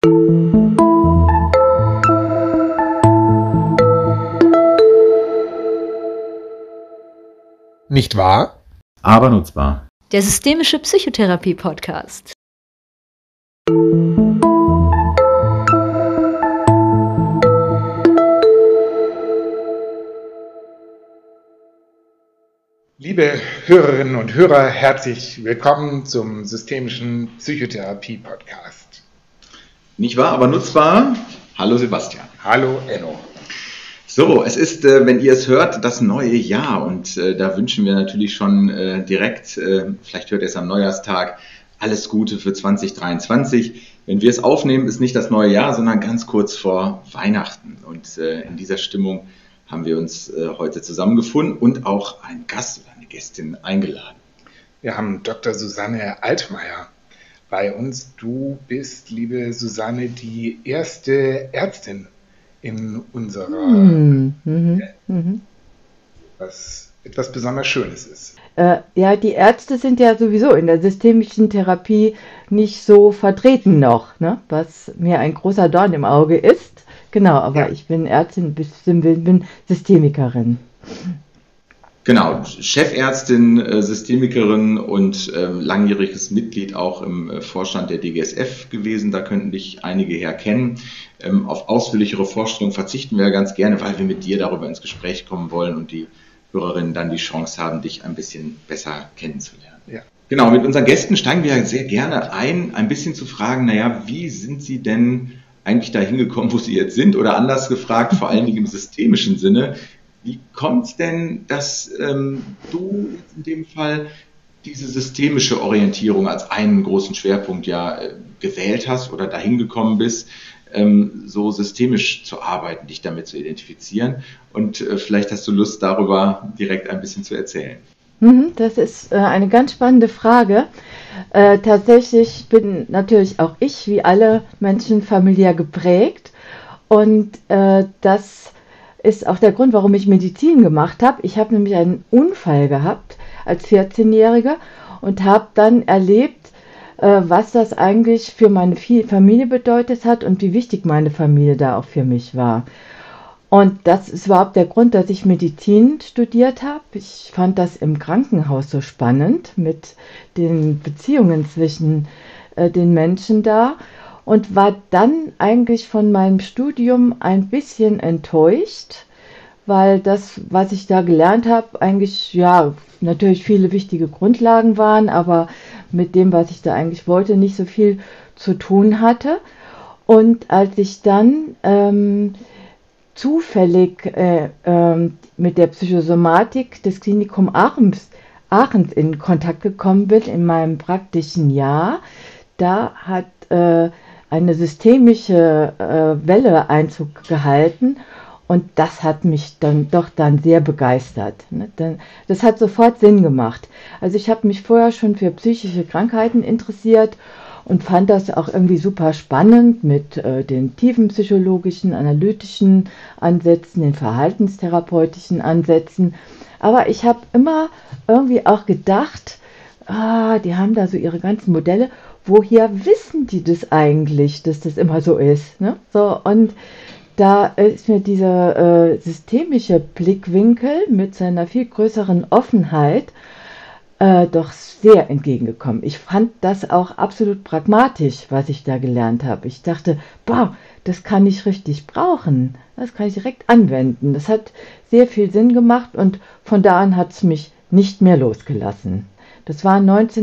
Nicht wahr? Aber nutzbar. Der systemische Psychotherapie-Podcast. Liebe Hörerinnen und Hörer, herzlich willkommen zum systemischen Psychotherapie-Podcast. Nicht wahr, aber nutzbar. Hallo Sebastian. Hallo Enno. So, es ist, wenn ihr es hört, das neue Jahr und da wünschen wir natürlich schon direkt, vielleicht hört ihr es am Neujahrstag, alles Gute für 2023. Wenn wir es aufnehmen, ist nicht das neue Jahr, sondern ganz kurz vor Weihnachten. Und in dieser Stimmung haben wir uns heute zusammengefunden und auch einen Gast oder eine Gästin eingeladen. Wir haben Dr. Susanne Altmaier bei uns. Du bist, liebe Susanne, die erste Ärztin in unserer, was etwas besonders Schönes ist. Ja, die Ärzte sind ja sowieso in der systemischen Therapie nicht so vertreten noch, ne? Was mir ein großer Dorn im Auge ist. Genau, aber ja. Ich bin Ärztin, bin Systemikerin. Genau, Chefärztin, Systemikerin und langjähriges Mitglied auch im Vorstand der DGSF gewesen. Da könnten dich einige her kennen. Auf ausführlichere Vorstellungen verzichten wir ja ganz gerne, weil wir mit dir darüber ins Gespräch kommen wollen und die Hörerinnen dann die Chance haben, dich ein bisschen besser kennenzulernen. Ja. Genau, mit unseren Gästen steigen wir ja sehr gerne ein bisschen zu fragen, naja, wie sind sie denn eigentlich dahin gekommen, wo sie jetzt sind? Oder anders gefragt, vor allen Dingen im systemischen Sinne, wie kommt es denn, dass du in dem Fall diese systemische Orientierung als einen großen Schwerpunkt ja gewählt hast oder dahin gekommen bist, so systemisch zu arbeiten, dich damit zu identifizieren? Und vielleicht hast du Lust, darüber direkt ein bisschen zu erzählen. Das ist eine ganz spannende Frage. Tatsächlich bin natürlich auch ich, wie alle Menschen, familiär geprägt. Und das ist auch der Grund, warum ich Medizin gemacht habe. Ich habe nämlich einen Unfall gehabt als 14-Jährige und habe dann erlebt, was das eigentlich für meine Familie bedeutet hat und wie wichtig meine Familie da auch für mich war. Und das ist überhaupt der Grund, dass ich Medizin studiert habe. Ich fand das im Krankenhaus so spannend mit den Beziehungen zwischen den Menschen da und war dann eigentlich von meinem Studium ein bisschen enttäuscht, weil das, was ich da gelernt habe, eigentlich, ja, natürlich viele wichtige Grundlagen waren, aber mit dem, was ich da eigentlich wollte, nicht so viel zu tun hatte. Und als ich dann zufällig mit der Psychosomatik des Klinikum Aachens in Kontakt gekommen bin in meinem praktischen Jahr, da hat eine systemische Welle Einzug gehalten und das hat mich dann sehr begeistert. Ne? Das hat sofort Sinn gemacht. Also ich habe mich vorher schon für psychische Krankheiten interessiert und fand das auch irgendwie super spannend mit den tiefenpsychologischen, analytischen Ansätzen, den verhaltenstherapeutischen Ansätzen. Aber ich habe immer irgendwie auch gedacht, die haben da so ihre ganzen Modelle, woher wissen die das eigentlich, dass das immer so ist? Ne? So, und da ist mir dieser systemische Blickwinkel mit seiner viel größeren Offenheit doch sehr entgegengekommen. Ich fand das auch absolut pragmatisch, was ich da gelernt habe. Ich dachte, boah, das kann ich richtig brauchen. Das kann ich direkt anwenden. Das hat sehr viel Sinn gemacht und von da an hat es mich nicht mehr losgelassen. Das war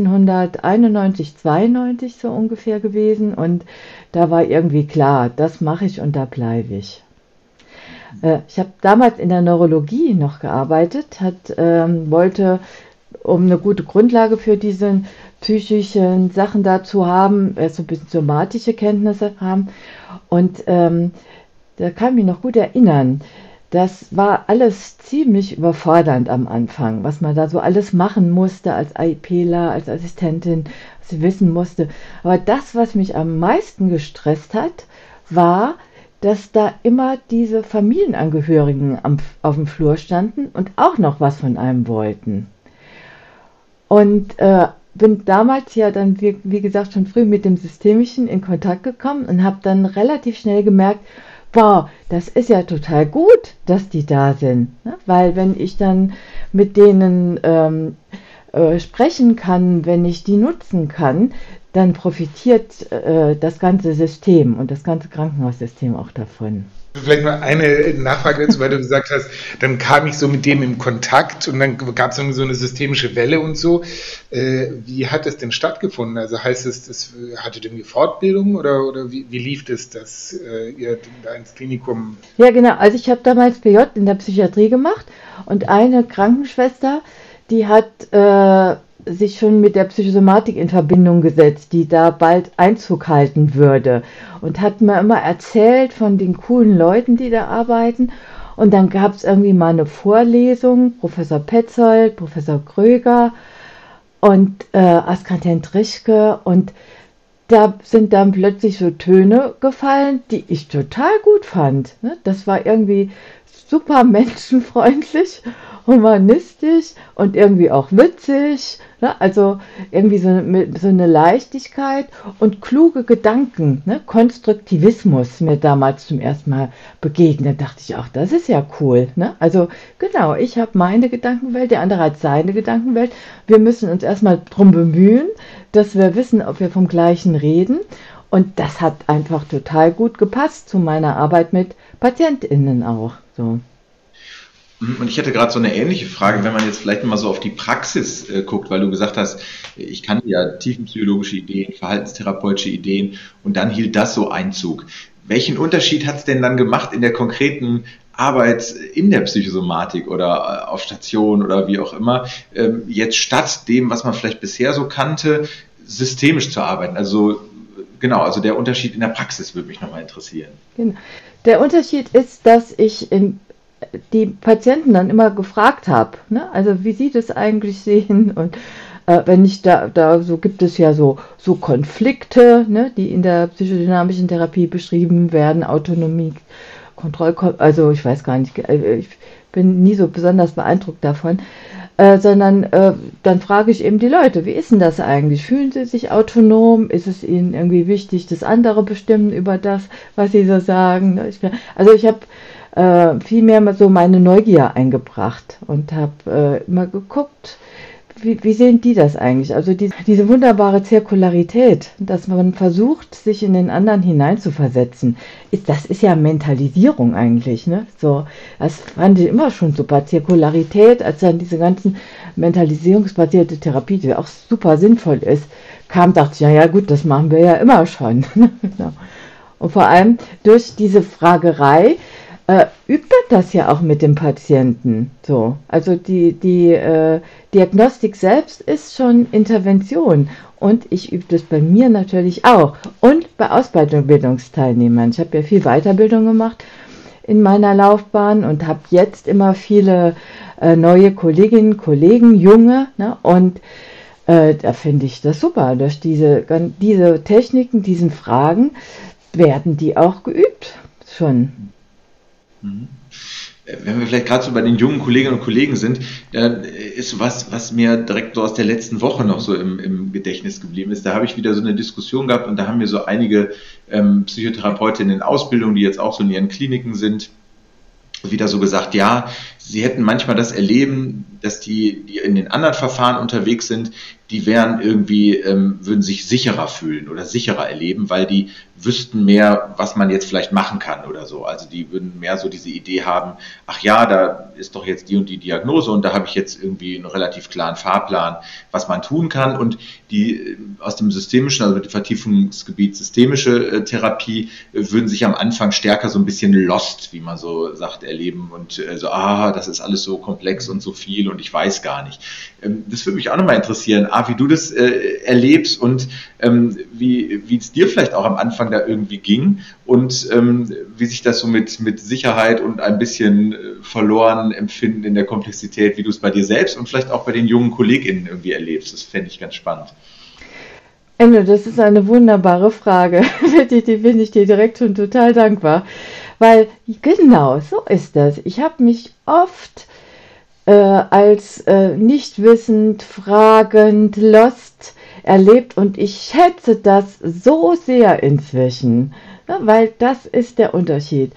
1991, 92 so ungefähr gewesen und da war irgendwie klar, das mache ich und da bleibe ich. Ich habe damals in der Neurologie noch gearbeitet, wollte, um eine gute Grundlage für diese psychischen Sachen da zu haben, so ein bisschen somatische Kenntnisse haben. Und da kann ich mich noch gut erinnern, das war alles ziemlich überfordernd am Anfang, was man da so alles machen musste als IPler, als Assistentin, was ich wissen musste. Aber das, was mich am meisten gestresst hat, war, dass da immer diese Familienangehörigen auf dem Flur standen und auch noch was von einem wollten. Und bin damals ja dann, wie gesagt, schon früh mit dem Systemischen in Kontakt gekommen und habe dann relativ schnell gemerkt, wow, das ist ja total gut, dass die da sind. Ne? Weil wenn ich dann mit denen sprechen kann, wenn ich die nutzen kann, dann profitiert das ganze System und das ganze Krankenhaussystem auch davon. Vielleicht noch eine Nachfrage dazu, weil du gesagt hast, dann kam ich so mit dem in Kontakt und dann gab es irgendwie so eine systemische Welle und so. Wie hat das denn stattgefunden? Also heißt es, das hattet irgendwie Fortbildung oder wie lief das, dass ihr da ins Klinikum... Ja, genau. Also ich habe damals PJ in der Psychiatrie gemacht und eine Krankenschwester, die hat sich schon mit der Psychosomatik in Verbindung gesetzt, die da bald Einzug halten würde und hat mir immer erzählt von den coolen Leuten, die da arbeiten. Und dann gab es irgendwie mal eine Vorlesung, Professor Petzold, Professor Kröger und Askanten Trischke, und da sind dann plötzlich so Töne gefallen, die ich total gut fand. Ne? Das war irgendwie super menschenfreundlich, humanistisch und irgendwie auch witzig. Ne? Also irgendwie so eine Leichtigkeit und kluge Gedanken. Ne? Konstruktivismus mir damals zum ersten Mal begegnet. Dachte ich auch, das ist ja cool. Ne? Also genau, ich habe meine Gedankenwelt, der andere hat seine Gedankenwelt. Wir müssen uns erstmal drum bemühen, dass wir wissen, ob wir vom Gleichen reden. Und das hat einfach total gut gepasst zu meiner Arbeit mit PatientInnen auch. So. Und ich hätte gerade so eine ähnliche Frage, wenn man jetzt vielleicht mal so auf die Praxis guckt, weil du gesagt hast, ich kannte ja tiefenpsychologische Ideen, verhaltenstherapeutische Ideen, und dann hielt das so Einzug. Welchen Unterschied hat es denn dann gemacht in der konkreten Arbeit in der Psychosomatik oder auf Station oder wie auch immer, jetzt statt dem, was man vielleicht bisher so kannte, systemisch zu arbeiten? Also genau, also der Unterschied in der Praxis würde mich nochmal interessieren. Genau. Der Unterschied ist, dass ich die Patienten dann immer gefragt habe, ne? Also wie sie das eigentlich sehen, und wenn ich da so gibt es ja so Konflikte, ne, die in der psychodynamischen Therapie beschrieben werden, Autonomie, also ich weiß gar nicht, ich bin nie so besonders beeindruckt davon, sondern dann frage ich eben die Leute, wie ist denn das eigentlich? Fühlen sie sich autonom? Ist es ihnen irgendwie wichtig, dass andere bestimmen über das, was sie so sagen? Also ich habe vielmehr so meine Neugier eingebracht und habe immer geguckt, wie sehen die das eigentlich? Also diese wunderbare Zirkularität, dass man versucht, sich in den anderen hineinzuversetzen, das ist ja Mentalisierung eigentlich. Ne? So, das fand ich immer schon super. Zirkularität, als dann diese ganzen mentalisierungsbasierte Therapie, die auch super sinnvoll ist, kam, dachte ich, ja gut, das machen wir ja immer schon. Und vor allem durch diese Fragerei übt man das ja auch mit dem Patienten. So. Also die Diagnostik selbst ist schon Intervention, und ich übe das bei mir natürlich auch und bei Ausbildungsteilnehmern. Ich habe ja viel Weiterbildung gemacht in meiner Laufbahn und habe jetzt immer viele neue Kolleginnen und Kollegen, junge, ne? Und da finde ich das super. Durch diese Techniken, diesen Fragen werden die auch geübt schon. Wenn wir vielleicht gerade so bei den jungen Kolleginnen und Kollegen sind, ist was mir direkt so aus der letzten Woche noch so im Gedächtnis geblieben ist. Da habe ich wieder so eine Diskussion gehabt, und da haben mir so einige Psychotherapeutinnen in Ausbildung, die jetzt auch so in ihren Kliniken sind, wieder so gesagt, ja, sie hätten manchmal das Erleben, dass die in den anderen Verfahren unterwegs sind, die wären irgendwie, würden sich sicherer fühlen oder sicherer erleben, weil die wüssten mehr, was man jetzt vielleicht machen kann oder so. Also die würden mehr so diese Idee haben, ach ja, da ist doch jetzt die und die Diagnose und da habe ich jetzt irgendwie einen relativ klaren Fahrplan, was man tun kann. Und die aus dem systemischen, also dem Vertiefungsgebiet systemische Therapie, würden sich am Anfang stärker so ein bisschen lost, wie man so sagt, erleben und so, das ist alles so komplex und so viel und ich weiß gar nicht. Das würde mich auch nochmal interessieren, wie du das erlebst und wie es dir vielleicht auch am Anfang da irgendwie ging und wie sich das so mit Sicherheit und ein bisschen verloren empfinden in der Komplexität, wie du es bei dir selbst und vielleicht auch bei den jungen KollegInnen irgendwie erlebst. Das fände ich ganz spannend. Enno, das ist eine wunderbare Frage. Die bin ich dir direkt schon total dankbar. Weil genau so ist das. Ich habe mich oft als nicht wissend, fragend, lost erlebt und ich schätze das so sehr inzwischen, ne, weil das ist der Unterschied.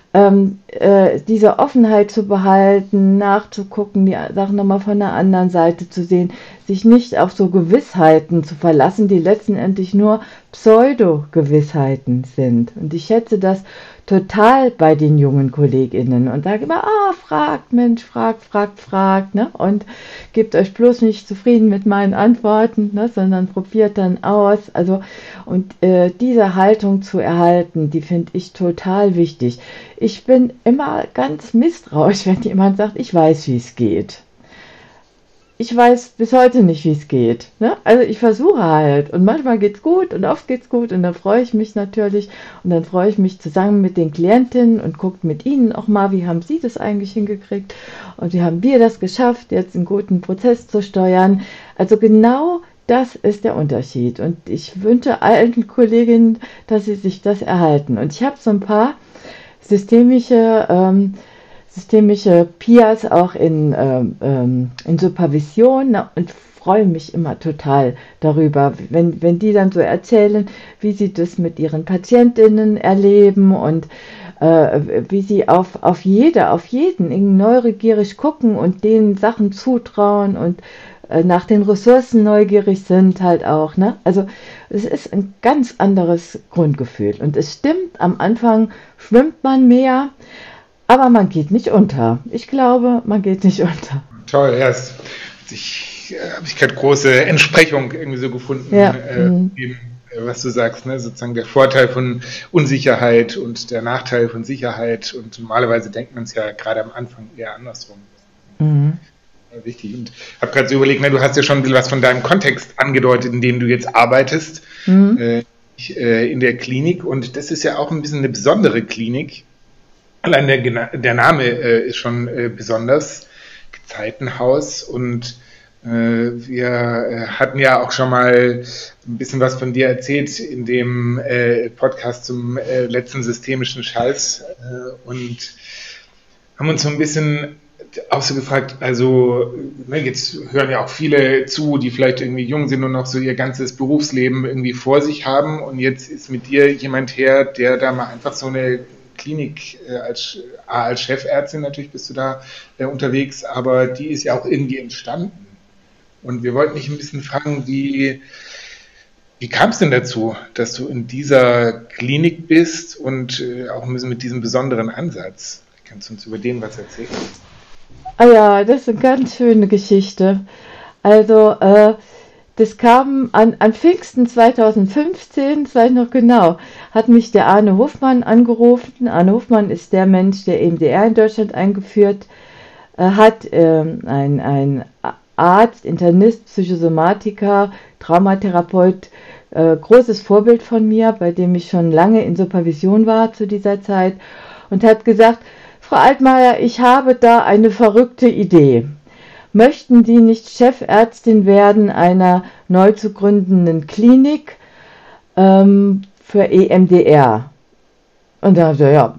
Diese Offenheit zu behalten, nachzugucken, die Sachen nochmal von der anderen Seite zu sehen, sich nicht auf so Gewissheiten zu verlassen, die letztendlich nur Pseudo-Gewissheiten sind. Und ich schätze das total bei den jungen KollegInnen und sage immer, fragt, Mensch, fragt, ne? Und gebt euch bloß nicht zufrieden mit meinen Antworten, ne? Sondern probiert dann aus. Also, und diese Haltung zu erhalten, die finde ich total wichtig. Ich bin immer ganz misstrauisch, wenn jemand sagt, ich weiß, wie es geht. Ich weiß bis heute nicht, wie es geht. Ne? Also ich versuche halt und manchmal geht's gut und oft geht's gut und dann freue ich mich natürlich und dann freue ich mich zusammen mit den Klientinnen und gucke mit ihnen auch mal, wie haben sie das eigentlich hingekriegt und wie haben wir das geschafft, jetzt einen guten Prozess zu steuern. Also genau das ist der Unterschied und ich wünsche allen Kolleginnen, dass sie sich das erhalten. Und ich habe so ein paar systemische Peers auch in Supervision, na, und freue mich immer total darüber, wenn die dann so erzählen, wie sie das mit ihren PatientInnen erleben und wie sie auf jeden neugierig gucken und denen Sachen zutrauen und nach den Ressourcen neugierig sind halt auch. Ne? Also es ist ein ganz anderes Grundgefühl und es stimmt, am Anfang schwimmt man mehr, aber man geht nicht unter. Ich glaube, man geht nicht unter. Toll, ja, habe ich gerade große Entsprechung irgendwie so gefunden, Ja. dem, was du sagst, ne? Sozusagen der Vorteil von Unsicherheit und der Nachteil von Sicherheit. Und normalerweise denkt man es ja gerade am Anfang eher andersrum. Mhm. Wichtig. Und habe gerade so überlegt, ne, du hast ja schon ein bisschen was von deinem Kontext angedeutet, in dem du jetzt arbeitest, in der Klinik. Und das ist ja auch ein bisschen eine besondere Klinik. Allein der Name ist schon besonders, Gezeitenhaus. Und wir hatten ja auch schon mal ein bisschen was von dir erzählt in dem Podcast zum letzten systemischen Scheiß und haben uns so ein bisschen auch so gefragt, also ne, jetzt hören ja auch viele zu, die vielleicht irgendwie jung sind und noch so ihr ganzes Berufsleben irgendwie vor sich haben und jetzt ist mit dir jemand her, der da mal einfach so eine Klinik als Chefärztin natürlich bist du da unterwegs, aber die ist ja auch irgendwie entstanden und wir wollten dich ein bisschen fragen, wie kam es denn dazu, dass du in dieser Klinik bist und auch ein bisschen mit diesem besonderen Ansatz? Kannst du uns über den was erzählen? Ah ja, das ist eine ganz schöne Geschichte. Also, das kam an Pfingsten 2015, das weiß ich noch genau, hat mich der Arne Hofmann angerufen. Arne Hofmann ist der Mensch, der EMDR in Deutschland eingeführt hat. Ein Arzt, Internist, Psychosomatiker, Traumatherapeut, großes Vorbild von mir, bei dem ich schon lange in Supervision war zu dieser Zeit und hat gesagt, Frau Altmaier, ich habe da eine verrückte Idee. Möchten Sie nicht Chefärztin werden einer neu zu gründenden Klinik für EMDR? Und da dachte ich, ja,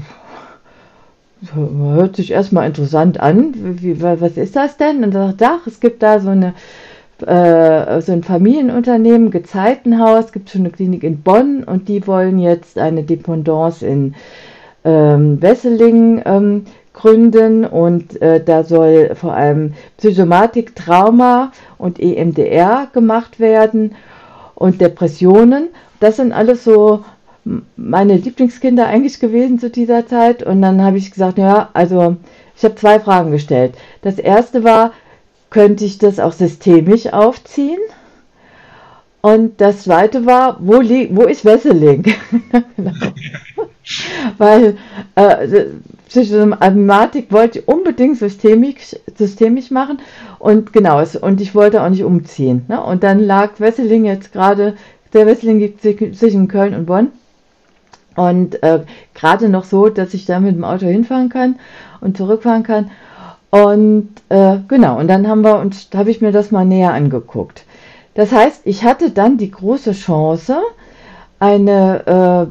hört sich erstmal interessant an. Was ist das denn? Und da dachte ich, es gibt da so ein Familienunternehmen, Gezeitenhaus, gibt schon eine Klinik in Bonn und die wollen jetzt eine Dependance in Wesseling gründen und da soll vor allem Psychosomatik, Trauma und EMDR gemacht werden und Depressionen. Das sind alles so meine Lieblingskinder eigentlich gewesen zu dieser Zeit und dann habe ich gesagt, ja, also ich habe 2 Fragen gestellt. Das erste war, könnte ich das auch systemisch aufziehen? Und das zweite war, wo ist Wesseling? Genau. Weil Psychosomatik wollte ich unbedingt systemisch machen und genau, und ich wollte auch nicht umziehen. Ne? Und dann lag Wesseling jetzt gerade, der Wesseling liegt zwischen Köln und Bonn und gerade noch so, dass ich da mit dem Auto hinfahren kann und zurückfahren kann. Und genau, und dann habe ich mir das mal näher angeguckt. Das heißt, ich hatte dann die große Chance, eine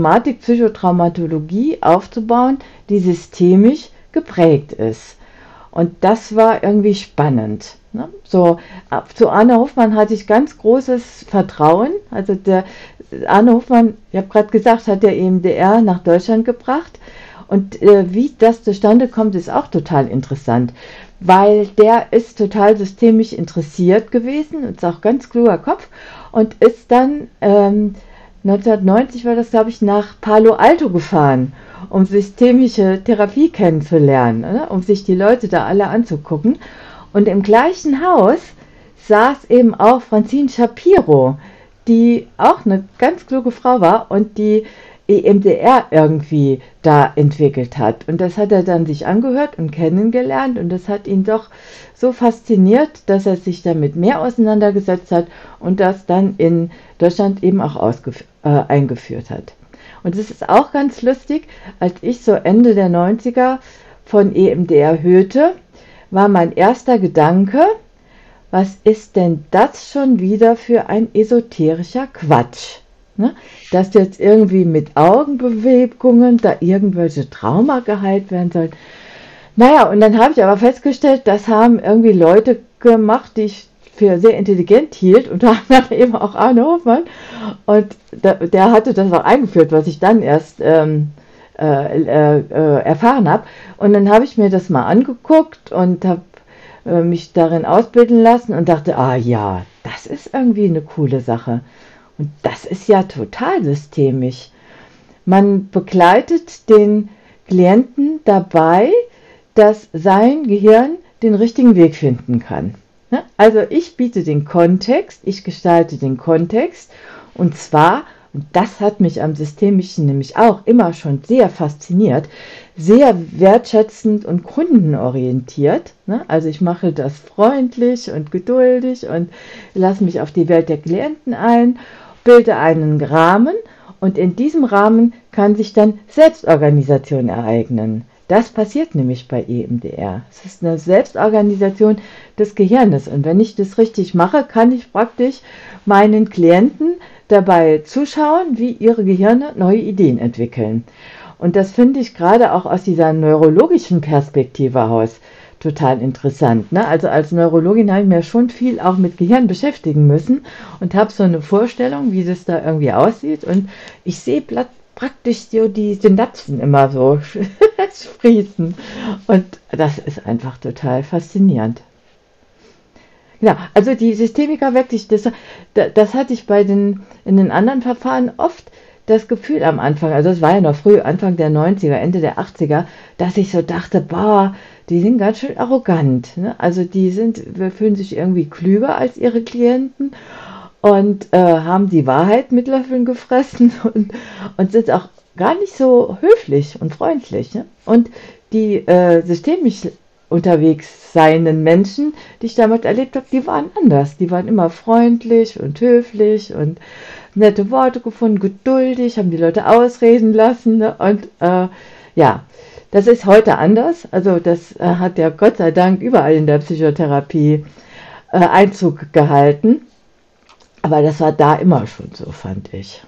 Psychosomatik, Psychotraumatologie aufzubauen, die systemisch geprägt ist. Und das war irgendwie spannend. Ne? So, zu Arne Hofmann hatte ich ganz großes Vertrauen. Also der Arne Hofmann, ich habe gerade gesagt, hat der EMDR nach Deutschland gebracht. Und wie das zustande kommt, ist auch total interessant, weil der ist total systemisch interessiert gewesen und ist auch ganz kluger Kopf und ist dann 1990 war das, glaube ich, nach Palo Alto gefahren, um systemische Therapie kennenzulernen, ne? Um sich die Leute da alle anzugucken. Und im gleichen Haus saß eben auch Francine Shapiro, die auch eine ganz kluge Frau war und die EMDR irgendwie da entwickelt hat. Und das hat er dann sich angehört und kennengelernt und das hat ihn doch so fasziniert, dass er sich damit mehr auseinandergesetzt hat und das dann in Deutschland eben auch eingeführt hat. Und es ist auch ganz lustig, als ich so Ende der 90er von EMDR hörte, war mein erster Gedanke, was ist denn das schon wieder für ein esoterischer Quatsch? Ne? Dass jetzt irgendwie mit Augenbewegungen da irgendwelche Trauma geheilt werden sollen. Naja, und dann habe ich aber festgestellt, das haben irgendwie Leute gemacht, die ich für sehr intelligent hielt, unter anderem eben auch Arne Hofmann. Und der hatte das auch eingeführt, was ich dann erst erfahren habe. Und dann habe ich mir das mal angeguckt und habe mich darin ausbilden lassen und dachte, ah ja, das ist irgendwie eine coole Sache. Und das ist ja total systemisch. Man begleitet den Klienten dabei, dass sein Gehirn den richtigen Weg finden kann. Also ich biete den Kontext, ich gestalte den Kontext und zwar, und das hat mich am Systemischen nämlich auch immer schon sehr fasziniert, sehr wertschätzend und kundenorientiert. Also ich mache das freundlich und geduldig und lasse mich auf die Welt der Klienten ein, bilde einen Rahmen und in diesem Rahmen kann sich dann Selbstorganisation ereignen. Das passiert nämlich bei EMDR. Es ist eine Selbstorganisation des Gehirnes und wenn ich das richtig mache, kann ich praktisch meinen Klienten dabei zuschauen, wie ihre Gehirne neue Ideen entwickeln. Und das finde ich gerade auch aus dieser neurologischen Perspektive heraus total interessant. Ne? Also als Neurologin habe ich mir schon viel auch mit Gehirn beschäftigen müssen und habe so eine Vorstellung, wie das da irgendwie aussieht. Und ich sehe praktisch so die Synapsen immer so sprießen. Und das ist einfach total faszinierend. Ja, also die Systemiker wirklich, das hatte ich in den anderen Verfahren oft das Gefühl am Anfang, also es war ja noch früh, Anfang der 90er, Ende der 80er, dass ich so dachte, boah, die sind ganz schön arrogant. Ne? Also fühlen sich irgendwie klüger als ihre Klienten und haben die Wahrheit mit Löffeln gefressen und sind auch gar nicht so höflich und freundlich. Ne? Und die systemisch unterwegs seienden Menschen, die ich damals erlebt habe, die waren anders. Die waren immer freundlich und höflich und nette Worte gefunden, geduldig, haben die Leute ausreden lassen. Ne? Und ja, das ist heute anders. Also das hat ja Gott sei Dank überall in der Psychotherapie Einzug gehalten. Aber das war da immer schon so, fand ich.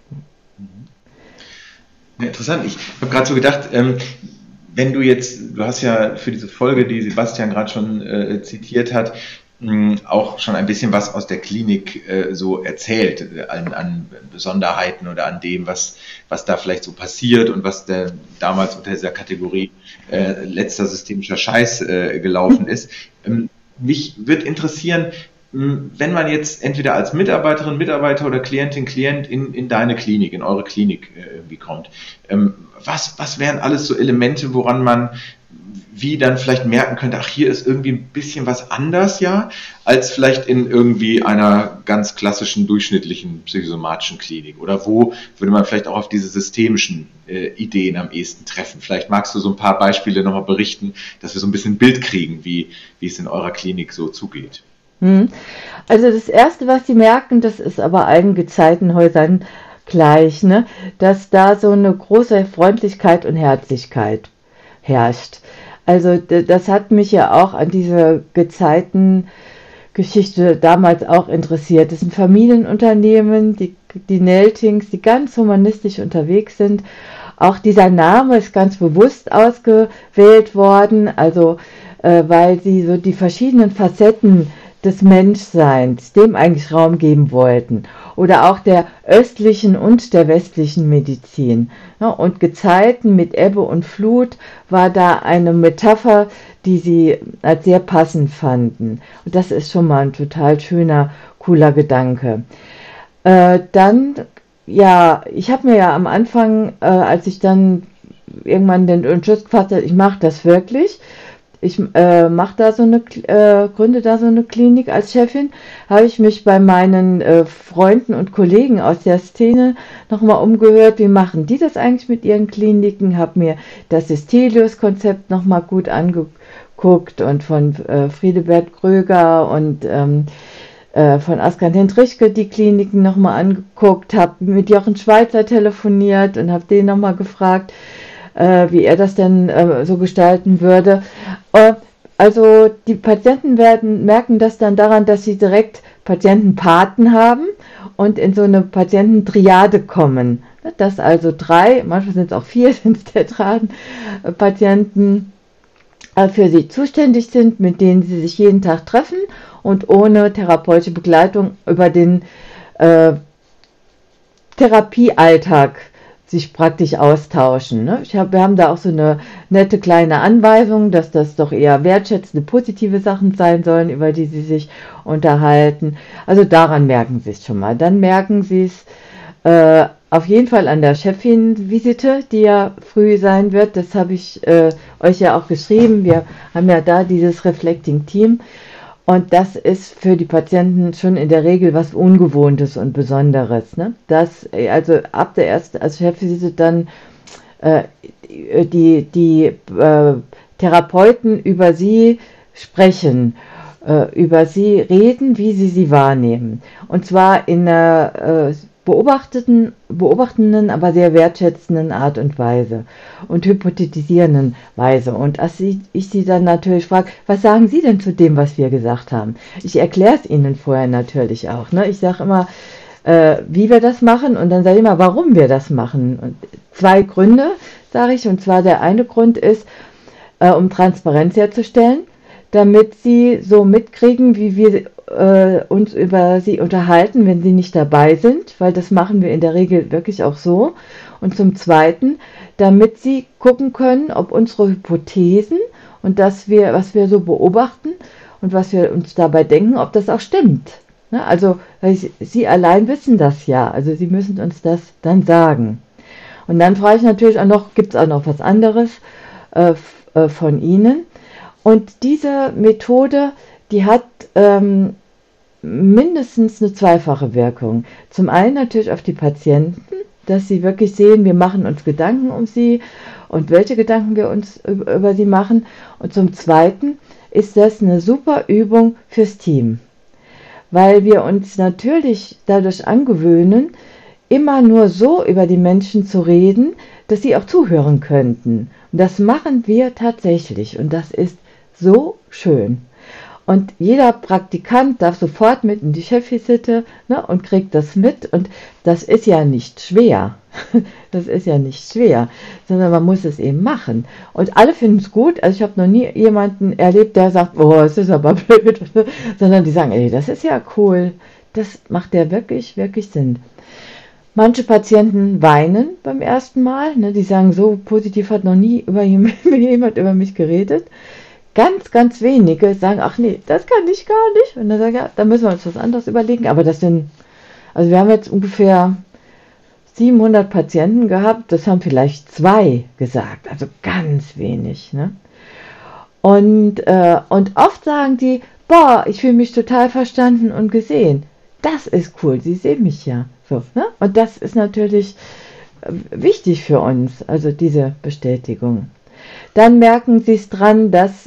Ja, interessant. Ich habe gerade so gedacht, wenn du hast ja für diese Folge, die Sebastian gerade schon zitiert hat, auch schon ein bisschen was aus der Klinik so erzählt, an Besonderheiten oder an dem, was da vielleicht so passiert und was damals unter dieser Kategorie letzter systemischer Scheiß gelaufen ist. Mich würde interessieren, wenn man jetzt entweder als Mitarbeiterin, Mitarbeiter oder Klientin, Klient in deine Klinik, in eure Klinik irgendwie kommt, was wären alles so Elemente, woran man wie dann vielleicht merken könnte, ach, hier ist irgendwie ein bisschen was anders, ja, als vielleicht in irgendwie einer ganz klassischen, durchschnittlichen psychosomatischen Klinik? Oder wo würde man vielleicht auch auf diese systemischen Ideen am ehesten treffen? Vielleicht magst du so ein paar Beispiele nochmal berichten, dass wir so ein bisschen ein Bild kriegen, wie es in eurer Klinik so zugeht. Also das Erste, was Sie merken, das ist aber allen Gezeitenhäusern gleich, ne? Dass da so eine große Freundlichkeit und Herzlichkeit herrscht. Also das hat mich ja auch an diese Gezeitengeschichte damals auch interessiert. Das sind Familienunternehmen, die Neltings, die ganz humanistisch unterwegs sind. Auch dieser Name ist ganz bewusst ausgewählt worden. Also weil sie so die verschiedenen Facetten des Menschseins dem eigentlich Raum geben wollten. Oder auch der östlichen und der westlichen Medizin. Ja, und Gezeiten mit Ebbe und Flut war da eine Metapher, die sie als sehr passend fanden. Und das ist schon mal ein total schöner, cooler Gedanke. Dann, ja, ich habe mir ja am Anfang, als ich dann irgendwann den Entschluss gefasst habe, ich mache das wirklich, ich mache da so eine, gründe da so eine Klinik als Chefin, habe ich mich bei meinen Freunden und Kollegen aus der Szene nochmal umgehört, wie machen die das eigentlich mit ihren Kliniken, habe mir das Systelius-Konzept nochmal gut angeguckt und von Friedebert Kröger und von Askan Hendrichke die Kliniken nochmal angeguckt, habe mit Jochen Schweizer telefoniert und habe den nochmal gefragt, wie er das denn so gestalten würde. Also die Patienten merken das dann daran, dass sie direkt Patientenpaten haben und in so eine Patiententriade kommen. Dass also 3, manchmal sind es auch 4, sind es Tetraden, Patienten für sie zuständig sind, mit denen sie sich jeden Tag treffen und ohne therapeutische Begleitung über den Therapiealltag sich praktisch austauschen. Ne? Wir haben da auch so eine nette kleine Anweisung, dass das doch eher wertschätzende, positive Sachen sein sollen, über die sie sich unterhalten. Also daran merken sie es schon mal. Dann merken sie es auf jeden Fall an der Chefin-Visite, die ja früh sein wird. Das habe ich euch ja auch geschrieben. Wir haben ja da dieses Reflecting Team. Und das ist für die Patienten schon in der Regel was Ungewohntes und Besonderes. Ne? Dass also ab der ersten, also Chefvisite dann die Therapeuten über sie sprechen, über sie reden, wie sie wahrnehmen. Und zwar in einer beobachtenden, aber sehr wertschätzenden Art und Weise und hypothetisierenden Weise. Und als ich sie dann natürlich frage, was sagen Sie denn zu dem, was wir gesagt haben? Ich erkläre es Ihnen vorher natürlich auch. Ne? Ich sage immer, wie wir das machen und dann sage ich immer, warum wir das machen. Und 2 Gründe, sage ich. Und zwar der eine Grund ist, um Transparenz herzustellen, damit Sie so mitkriegen, wie wir uns über sie unterhalten, wenn sie nicht dabei sind, weil das machen wir in der Regel wirklich auch so. Und zum Zweiten, damit sie gucken können, ob unsere Hypothesen und was wir so beobachten und was wir uns dabei denken, ob das auch stimmt. Ne? Also sie allein wissen das ja, also sie müssen uns das dann sagen. Und dann frage ich natürlich auch noch, gibt es auch noch was anderes von Ihnen? Und diese Methode, die hat mindestens eine zweifache Wirkung. Zum einen natürlich auf die Patienten, dass sie wirklich sehen, wir machen uns Gedanken um sie und welche Gedanken wir uns über sie machen. Und zum zweiten ist das eine super Übung fürs Team, weil wir uns natürlich dadurch angewöhnen, immer nur so über die Menschen zu reden, dass sie auch zuhören könnten. Und das machen wir tatsächlich und das ist so schön. Und jeder Praktikant darf sofort mit in die Chefvisite, ne, und kriegt das mit. Und das ist ja nicht schwer. Das ist ja nicht schwer, sondern man muss es eben machen. Und alle finden es gut. Also ich habe noch nie jemanden erlebt, der sagt, oh, es ist aber blöd. Sondern die sagen, ey, das ist ja cool. Das macht ja wirklich, wirklich Sinn. Manche Patienten weinen beim ersten Mal. Ne, die sagen, so positiv hat noch nie jemand über mich geredet. Ganz, ganz wenige sagen, ach nee, das kann ich gar nicht. Und dann sage ich, ja, da müssen wir uns was anderes überlegen. Aber das sind, also wir haben jetzt ungefähr 700 Patienten gehabt, das haben vielleicht 2 gesagt, also ganz wenig. Ne? Und oft sagen die, boah, ich fühle mich total verstanden und gesehen. Das ist cool, sie sehen mich ja. So, ne? Und das ist natürlich wichtig für uns, also diese Bestätigung. Dann merken Sie es dran, dass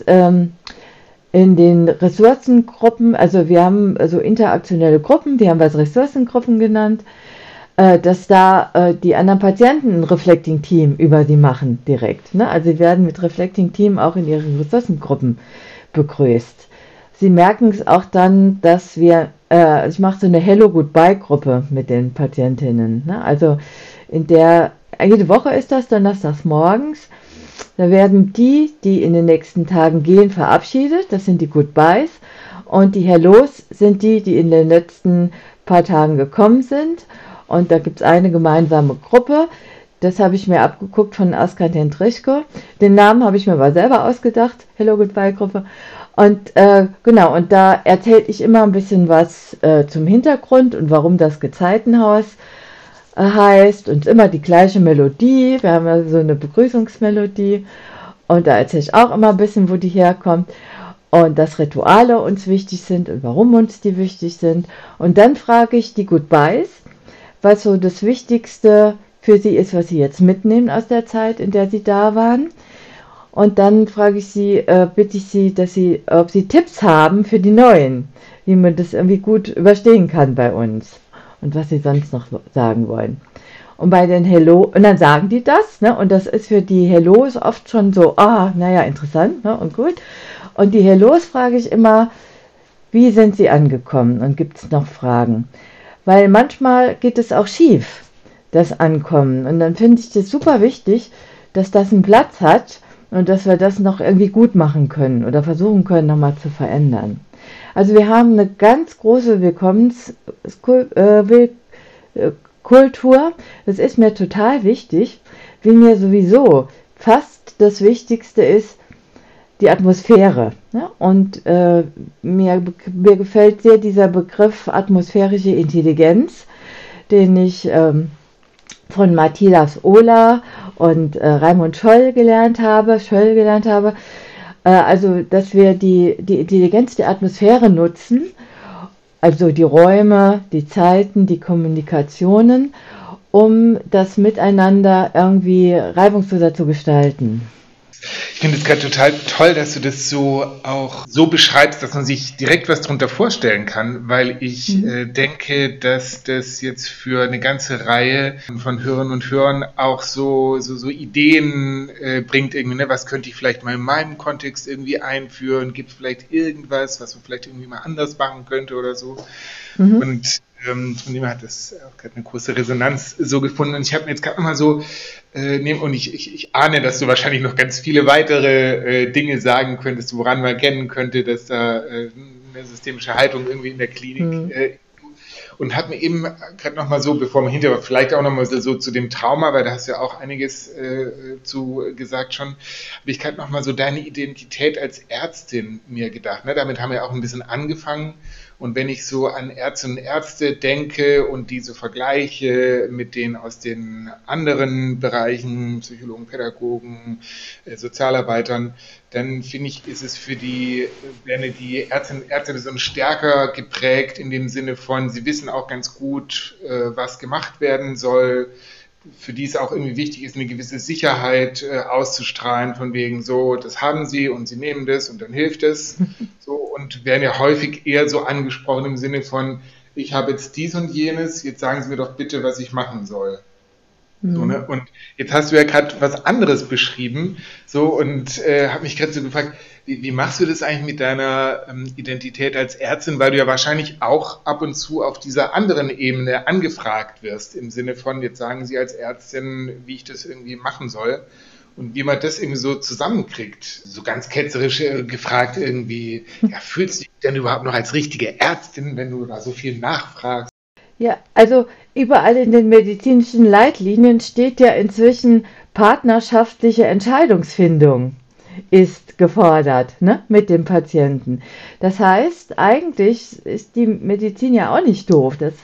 in den Ressourcengruppen, also wir haben so interaktionelle Gruppen, die haben wir als Ressourcengruppen genannt, dass da die anderen Patienten ein Reflecting Team über sie machen direkt. Ne? Also sie werden mit Reflecting Team auch in ihren Ressourcengruppen begrüßt. Sie merken es auch dann, dass ich mache so eine Hello Goodbye Gruppe mit den Patientinnen. Ne? Also in der, jede Woche ist das, donnerstags morgens. Da werden die in den nächsten Tagen gehen, verabschiedet. Das sind die Goodbyes. Und die Hellos sind die in den letzten paar Tagen gekommen sind. Und da gibt es eine gemeinsame Gruppe. Das habe ich mir abgeguckt von Askar Tendrischko. Den Namen habe ich mir aber selber ausgedacht. Hello Goodbye Gruppe. Und genau, und da erzähle ich immer ein bisschen was zum Hintergrund und warum das Gezeitenhaus heißt. Und immer die gleiche Melodie. Wir haben ja so eine Begrüßungsmelodie. Und da erzähle ich auch immer ein bisschen, wo die herkommt. Und dass Rituale uns wichtig sind und warum uns die wichtig sind. Und dann frage ich die Goodbyes, was so das Wichtigste für sie ist, was sie jetzt mitnehmen aus der Zeit, in der sie da waren. Und dann frage ich sie, bitte ich sie, ob sie Tipps haben für die Neuen, wie man das irgendwie gut überstehen kann bei uns und was sie sonst noch sagen wollen. Und bei den Hello, und dann sagen die das, ne? Und das ist für die Hellos oft schon so, naja, interessant, ne? Und gut. Und die Hellos frage ich immer, wie sind sie angekommen und gibt es noch Fragen? Weil manchmal geht es auch schief, das Ankommen. Und dann finde ich das super wichtig, dass das einen Platz hat und dass wir das noch irgendwie gut machen können oder versuchen können, nochmal zu verändern. Also wir haben eine ganz große Willkommenskultur. Das ist mir total wichtig, wie mir sowieso fast das Wichtigste ist, die Atmosphäre. Ne? Und mir gefällt sehr dieser Begriff atmosphärische Intelligenz, den ich von Matthias Ohler und Raimund Scholl gelernt habe. Also, dass wir die Intelligenz der Atmosphäre nutzen, also die Räume, die Zeiten, die Kommunikationen, um das Miteinander irgendwie reibungsloser zu gestalten. Ich finde es gerade total toll, dass du das so auch so beschreibst, dass man sich direkt was darunter vorstellen kann, weil ich denke, dass das jetzt für eine ganze Reihe von Hörerinnen und Hörern auch so Ideen bringt irgendwie, ne? Was könnte ich vielleicht mal in meinem Kontext irgendwie einführen? Gibt es vielleicht irgendwas, was man vielleicht irgendwie mal anders machen könnte oder so? Und von dem her hat das auch gerade eine große Resonanz so gefunden. Und ich habe mir jetzt gerade nochmal so und ich ahne, dass du wahrscheinlich noch ganz viele weitere Dinge sagen könntest, woran man erkennen könnte, dass da eine systemische Haltung irgendwie in der Klinik und habe mir eben gerade nochmal so, bevor wir hinterher vielleicht auch nochmal so zu dem Trauma, weil da hast du ja auch einiges zu gesagt schon, habe ich gerade nochmal so deine Identität als Ärztin mir gedacht. Ne? Damit haben wir auch ein bisschen angefangen. Und wenn ich so an Ärztinnen und Ärzte denke und diese Vergleiche mit denen aus den anderen Bereichen, Psychologen, Pädagogen, Sozialarbeitern, dann finde ich, ist es für die Ärztinnen und Ärzte so stärker geprägt in dem Sinne von, sie wissen auch ganz gut, was gemacht werden soll. Für die es auch irgendwie wichtig ist, eine gewisse Sicherheit auszustrahlen, von wegen so, das haben sie und sie nehmen das und dann hilft es. So, und werden ja häufig eher so angesprochen im Sinne von, ich habe jetzt dies und jenes, jetzt sagen Sie mir doch bitte, was ich machen soll. So, ne? Und jetzt hast du ja gerade was anderes beschrieben, so, und habe mich gerade so gefragt, wie machst du das eigentlich mit deiner Identität als Ärztin, weil du ja wahrscheinlich auch ab und zu auf dieser anderen Ebene angefragt wirst, im Sinne von, jetzt sagen sie als Ärztin, wie ich das irgendwie machen soll und wie man das irgendwie so zusammenkriegt. So ganz ketzerisch gefragt irgendwie, ja, fühlst du dich denn überhaupt noch als richtige Ärztin, wenn du da so viel nachfragst? Ja, also überall in den medizinischen Leitlinien steht ja inzwischen partnerschaftliche Entscheidungsfindung ist gefordert, ne, mit dem Patienten. Das heißt, eigentlich ist die Medizin ja auch nicht doof. Das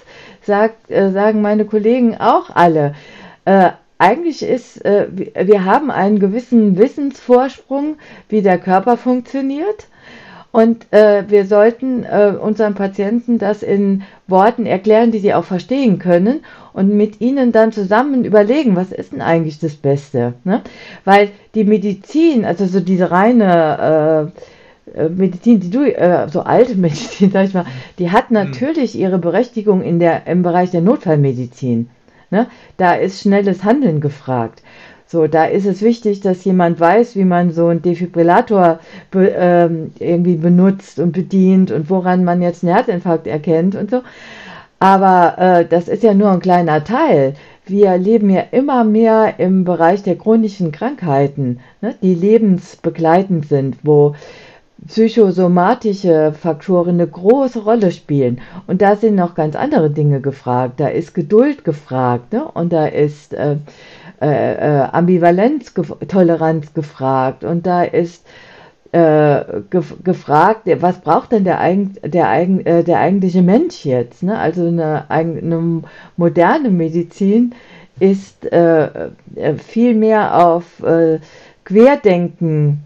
sagen meine Kollegen auch alle. Eigentlich ist, wir haben einen gewissen Wissensvorsprung, wie der Körper funktioniert. Und wir sollten unseren Patienten das in Worten erklären, die sie auch verstehen können und mit ihnen dann zusammen überlegen, was ist denn eigentlich das Beste. Ne? Weil die Medizin, also so diese reine Medizin, so alte Medizin, sag ich mal, die hat natürlich ihre Berechtigung im Bereich der Notfallmedizin. Ne? Da ist schnelles Handeln gefragt. So, da ist es wichtig, dass jemand weiß, wie man so einen Defibrillator irgendwie benutzt und bedient und woran man jetzt einen Herzinfarkt erkennt und so. Aber das ist ja nur ein kleiner Teil. wir leben ja immer mehr im Bereich der chronischen Krankheiten, ne, die lebensbegleitend sind, wo psychosomatische Faktoren eine große Rolle spielen. Und da sind noch ganz andere Dinge gefragt. Da ist Geduld gefragt, ne? Und da ist Ambivalenz, Toleranz gefragt. Und da ist gefragt, was braucht denn der eigentliche Mensch jetzt? Ne? Also eine moderne Medizin ist viel mehr auf Querdenken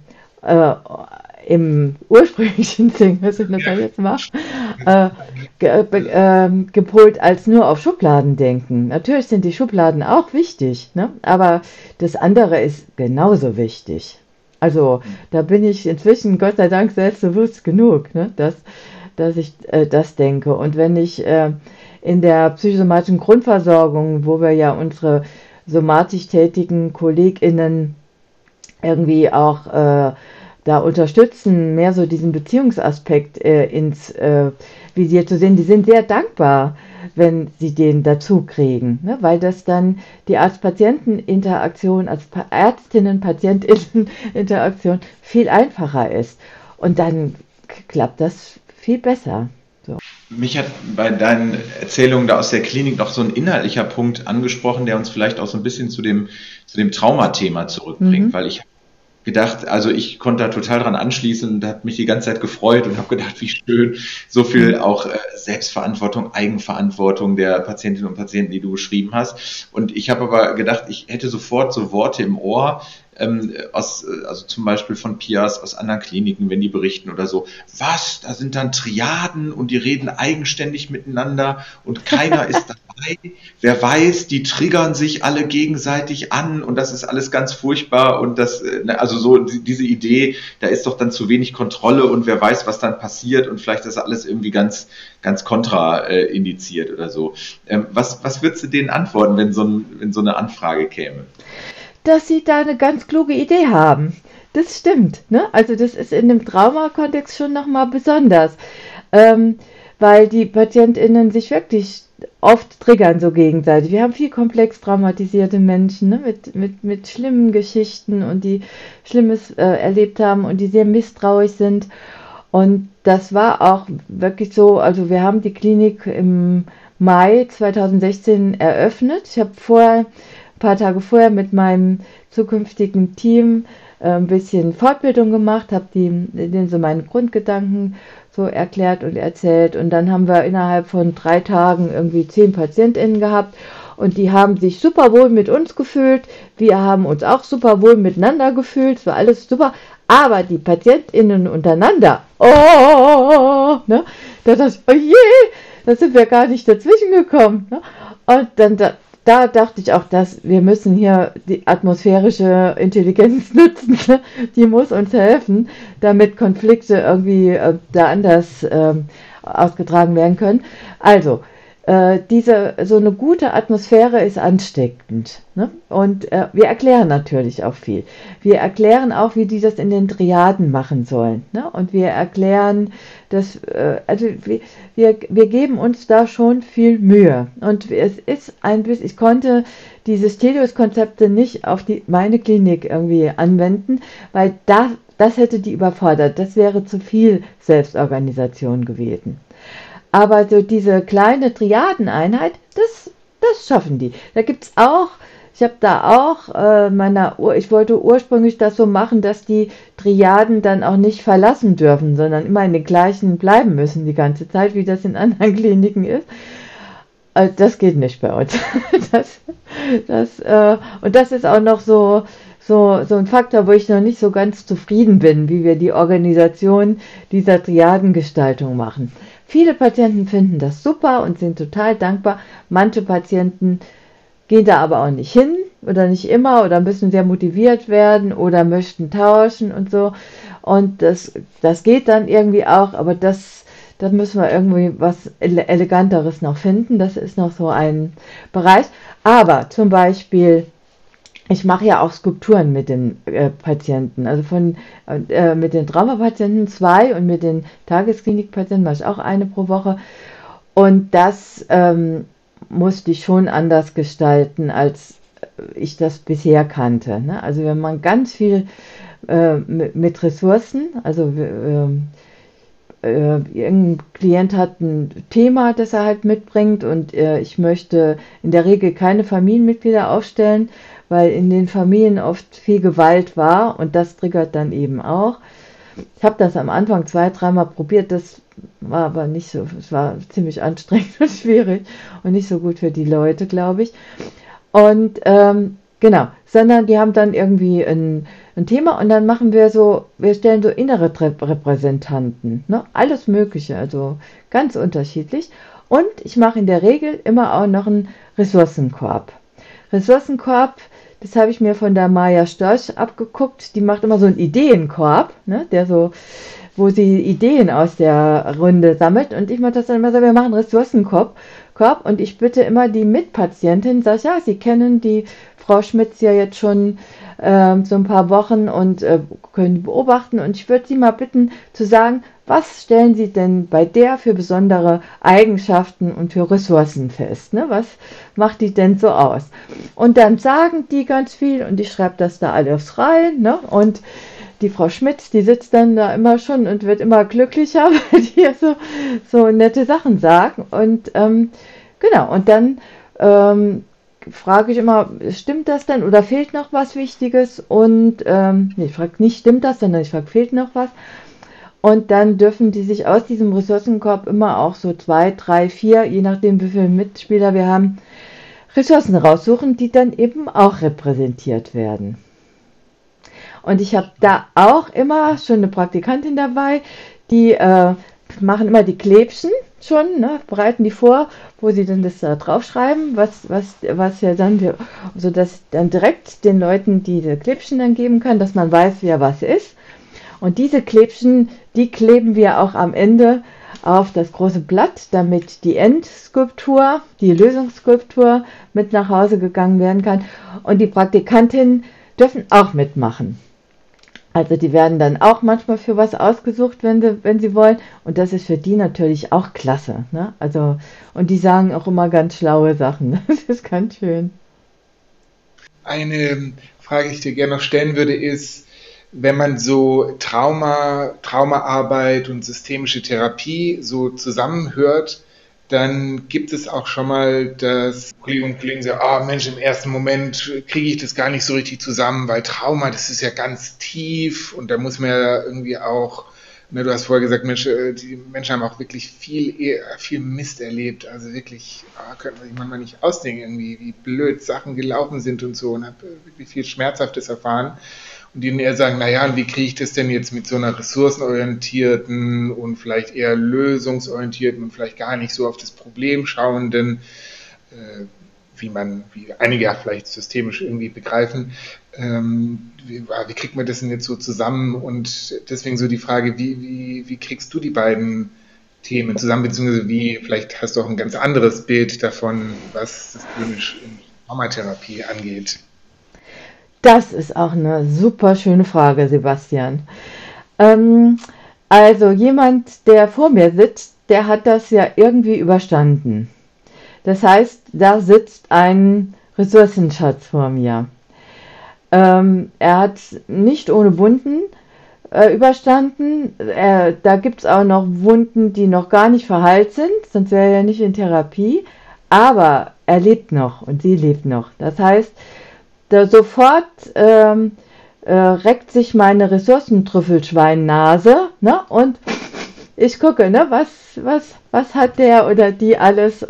im ursprünglichen Sinn, was ich das jetzt mache, gepolt als nur auf Schubladendenken. Natürlich sind die Schubladen auch wichtig, ne? Aber das andere ist genauso wichtig. Also da bin ich inzwischen Gott sei Dank selbstbewusst genug, ne? Dass ich das denke. Und wenn ich in der psychosomatischen Grundversorgung, wo wir ja unsere somatisch tätigen KollegInnen irgendwie auch da unterstützen, mehr so diesen Beziehungsaspekt ins Visier zu sehen. Die sind sehr dankbar, wenn sie den dazu kriegen, ne? Weil das dann die Arzt-Patienten-Interaktion, als Ärztinnen-Patientinnen-Interaktion viel einfacher ist. Und dann klappt das viel besser. So. Mich hat bei deinen Erzählungen da aus der Klinik noch so ein inhaltlicher Punkt angesprochen, der uns vielleicht auch so ein bisschen zu dem Traumathema zurückbringt, weil ich gedacht, also ich konnte da total dran anschließen und hat mich die ganze Zeit gefreut und habe gedacht, wie schön, so viel auch Selbstverantwortung, Eigenverantwortung der Patientinnen und Patienten, die du beschrieben hast. Und ich habe aber gedacht, ich hätte sofort so Worte im Ohr, also zum Beispiel von Pias aus anderen Kliniken, wenn die berichten oder so, was, da sind dann Triaden und die reden eigenständig miteinander und keiner ist dabei, wer weiß, die triggern sich alle gegenseitig an und das ist alles ganz furchtbar und das, also so diese Idee, da ist doch dann zu wenig Kontrolle und wer weiß, was dann passiert und vielleicht ist alles irgendwie ganz kontraindiziert oder so. Was würdest du denen antworten, wenn so eine Anfrage käme? Dass sie da eine ganz kluge Idee haben. Das stimmt, ne? Also das ist in dem Traumakontext schon nochmal besonders, weil die PatientInnen sich wirklich oft triggern so gegenseitig. Wir haben viel komplex traumatisierte Menschen, ne? mit schlimmen Geschichten und die Schlimmes erlebt haben und die sehr misstrauisch sind. Und das war auch wirklich so, also wir haben die Klinik im Mai 2016 eröffnet. Ich habe ein paar Tage vorher mit meinem zukünftigen Team ein bisschen Fortbildung gemacht, habe denen so meine Grundgedanken so erklärt und erzählt und dann haben wir innerhalb von 3 Tagen irgendwie 10 PatientInnen gehabt und die haben sich super wohl mit uns gefühlt, wir haben uns auch super wohl miteinander gefühlt, es war alles super, aber die PatientInnen untereinander, ne, da dachte ich, oh je, da sind wir gar nicht dazwischen gekommen, ne? Und dann da dachte ich auch, dass wir müssen hier die atmosphärische Intelligenz nutzen, die muss uns helfen, damit Konflikte irgendwie da anders ausgetragen werden können. Also, so eine gute Atmosphäre ist ansteckend, ne? Und wir erklären natürlich auch viel. Wir erklären auch, wie die das in den Triaden machen sollen, ne? Und wir erklären, dass, also wir geben uns da schon viel Mühe. Und es ist ich konnte diese Stelios-Konzepte nicht auf meine Klinik irgendwie anwenden, weil das hätte die überfordert. Das wäre zu viel Selbstorganisation gewesen. Aber so diese kleine Triadeneinheit, das schaffen die. Da gibt's auch, ich habe da auch ich wollte ursprünglich das so machen, dass die Triaden dann auch nicht verlassen dürfen, sondern immer in den gleichen bleiben müssen die ganze Zeit, wie das in anderen Kliniken ist. Das geht nicht bei uns. Und das ist auch noch so ein Faktor, wo ich noch nicht so ganz zufrieden bin, wie wir die Organisation dieser Triadengestaltung machen. Viele Patienten finden das super und sind total dankbar. Manche Patienten gehen da aber auch nicht hin oder nicht immer oder müssen sehr motiviert werden oder möchten tauschen und so. Und das geht dann irgendwie auch, aber da müssen wir irgendwie was Eleganteres noch finden. Das ist noch so ein Bereich. Aber zum Beispiel, ich mache ja auch Skulpturen mit den Patienten, also mit den Traumapatienten 2 und mit den Tagesklinikpatienten mache ich auch eine pro Woche. Und das musste ich schon anders gestalten, als ich das bisher kannte. Ne? Also wenn man ganz viel mit Ressourcen, also irgendein Klient hat ein Thema, das er halt mitbringt und ich möchte in der Regel keine Familienmitglieder aufstellen, weil in den Familien oft viel Gewalt war und das triggert dann eben auch. Ich habe das am Anfang 2-3 Mal probiert, das war aber nicht so, es war ziemlich anstrengend und schwierig und nicht so gut für die Leute, glaube ich. Und genau, sondern die haben dann irgendwie ein Thema und dann machen wir stellen so innere Repräsentanten, ne? Alles Mögliche, also ganz unterschiedlich. Und ich mache in der Regel immer auch noch einen Ressourcenkorb. Ressourcenkorb, das habe ich mir von der Maja Storch abgeguckt, die macht immer so einen Ideenkorb, ne? Wo sie Ideen aus der Runde sammelt und ich mache das dann immer so, wir machen einen Ressourcenkorb und ich bitte immer die Mitpatientin, sage ich, ja, Sie kennen die Frau Schmitz ja jetzt schon so ein paar Wochen und können die beobachten und ich würde Sie mal bitten zu sagen, was stellen Sie denn bei der für besondere Eigenschaften und für Ressourcen fest? Ne? Was macht die denn so aus? Und dann sagen die ganz viel und ich schreibe das da alles rein, ne? Und die Frau Schmitz, die sitzt dann da immer schon und wird immer glücklicher, weil die ja so nette Sachen sagen. Und genau, und dann frage ich immer, stimmt das denn oder fehlt noch was Wichtiges? Und nee, ich frage nicht, stimmt das, sondern ich frage, fehlt noch was? Und dann dürfen die sich aus diesem Ressourcenkorb immer auch so 2, 3, 4, je nachdem wie viele Mitspieler wir haben, Ressourcen raussuchen, die dann eben auch repräsentiert werden. Und ich habe da auch immer schon eine Praktikantin dabei, die machen immer die Klebchen schon, ne, bereiten die vor, wo sie dann das da draufschreiben, was ja dann, sodass ich dann direkt den Leuten diese Klebchen dann geben kann, dass man weiß, wer was ist. Und diese Klebchen, die kleben wir auch am Ende auf das große Blatt, damit die Endskulptur, die Lösungsskulptur mit nach Hause gegangen werden kann. Und die Praktikantinnen dürfen auch mitmachen. Also die werden dann auch manchmal für was ausgesucht, wenn sie wollen. Und das ist für die natürlich auch klasse. Ne? Also, und die sagen auch immer ganz schlaue Sachen. Das ist ganz schön. Eine Frage, die ich dir gerne noch stellen würde, ist, wenn man so Traumaarbeit und systemische Therapie so zusammenhört, dann gibt es auch schon mal, dass Kollegen und Kollegen sagen, oh Mensch, im ersten Moment kriege ich das gar nicht so richtig zusammen, weil Trauma, das ist ja ganz tief und da muss man ja irgendwie auch, ne, du hast vorher gesagt, Mensch, die Menschen haben auch wirklich viel Mist erlebt, also wirklich, könnte man sich manchmal nicht ausdenken, irgendwie, wie blöd Sachen gelaufen sind und so und habe wirklich viel Schmerzhaftes erfahren. Und die dann eher sagen, naja, und wie kriege ich das denn jetzt mit so einer ressourcenorientierten und vielleicht eher lösungsorientierten und vielleicht gar nicht so auf das Problem schauenden, wie einige ja vielleicht systemisch irgendwie begreifen, wie kriegt man das denn jetzt so zusammen? Und deswegen so die Frage, wie kriegst du die beiden Themen zusammen, beziehungsweise vielleicht hast du auch ein ganz anderes Bild davon, was systemisch in Traumatherapie angeht. Das ist auch eine super schöne Frage, Sebastian. Also jemand, der vor mir sitzt, der hat das ja irgendwie überstanden. Das heißt, da sitzt ein Ressourcenschatz vor mir. Er hat nicht ohne Wunden überstanden. Da gibt es auch noch Wunden, die noch gar nicht verheilt sind, sonst wäre er ja nicht in Therapie. Aber er lebt noch und sie lebt noch. Das heißt, sofort reckt sich meine Ressourcentrüffelschweinnase, ne? Und ich gucke, ne, was hat der oder die alles,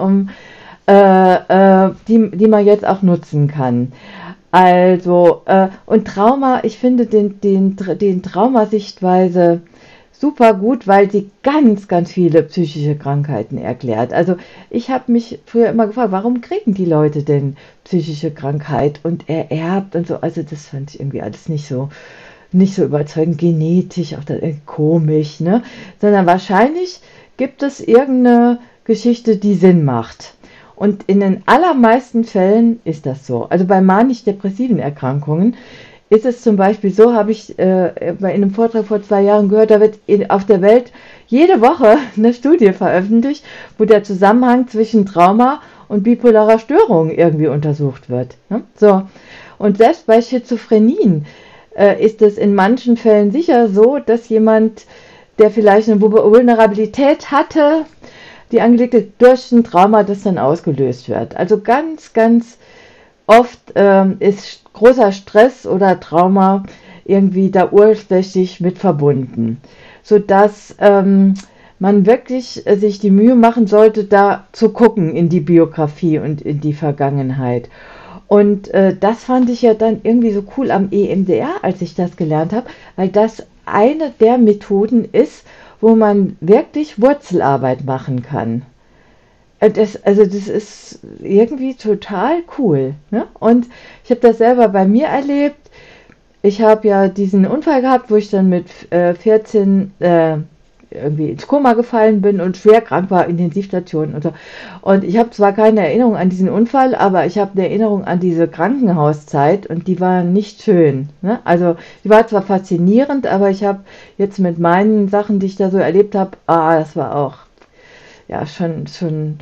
die man jetzt auch nutzen kann. Also, und Trauma, ich finde den Traumasichtweise super gut, weil sie ganz, ganz viele psychische Krankheiten erklärt. Also ich habe mich früher immer gefragt, warum kriegen die Leute denn psychische Krankheit und ererbt und so. Also das fand ich irgendwie alles nicht so überzeugend, genetisch, auch komisch, ne? Sondern wahrscheinlich gibt es irgendeine Geschichte, die Sinn macht. Und in den allermeisten Fällen ist das so. Also bei manisch-depressiven Erkrankungen ist es zum Beispiel so, habe ich in einem Vortrag vor 2 Jahren gehört, da wird auf der Welt jede Woche eine Studie veröffentlicht, wo der Zusammenhang zwischen Trauma und bipolarer Störungen irgendwie untersucht wird. Ne? So. Und selbst bei Schizophrenien ist es in manchen Fällen sicher so, dass jemand, der vielleicht eine Vulnerabilität hatte, die angelegte durch ein Trauma, das dann ausgelöst wird. Also ganz, ganz oft ist großer Stress oder Trauma irgendwie da ursächlich mit verbunden, sodass man wirklich sich die Mühe machen sollte, da zu gucken in die Biografie und in die Vergangenheit. Und das fand ich ja dann irgendwie so cool am EMDR, als ich das gelernt habe, weil das eine der Methoden ist, wo man wirklich Wurzelarbeit machen kann. Das ist irgendwie total cool. Ne? Und ich habe das selber bei mir erlebt. Ich habe ja diesen Unfall gehabt, wo ich dann mit 14 irgendwie ins Koma gefallen bin und schwer krank war, Intensivstation und so. Und ich habe zwar keine Erinnerung an diesen Unfall, aber ich habe eine Erinnerung an diese Krankenhauszeit und die war nicht schön. Ne? Also die war zwar faszinierend, aber ich habe jetzt mit meinen Sachen, die ich da so erlebt habe, das war auch ja schon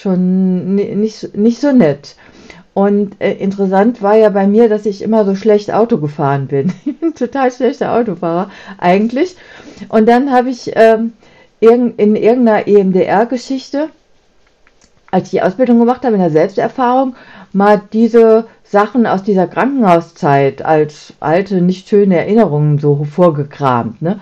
nicht so nett. Und interessant war ja bei mir, dass ich immer so schlecht Auto gefahren bin. Ich bin ein total schlechter Autofahrer eigentlich. Und dann habe ich in irgendeiner EMDR-Geschichte, als ich die Ausbildung gemacht habe, in der Selbsterfahrung, mal diese Sachen aus dieser Krankenhauszeit als alte, nicht schöne Erinnerungen so vorgekramt. Ne?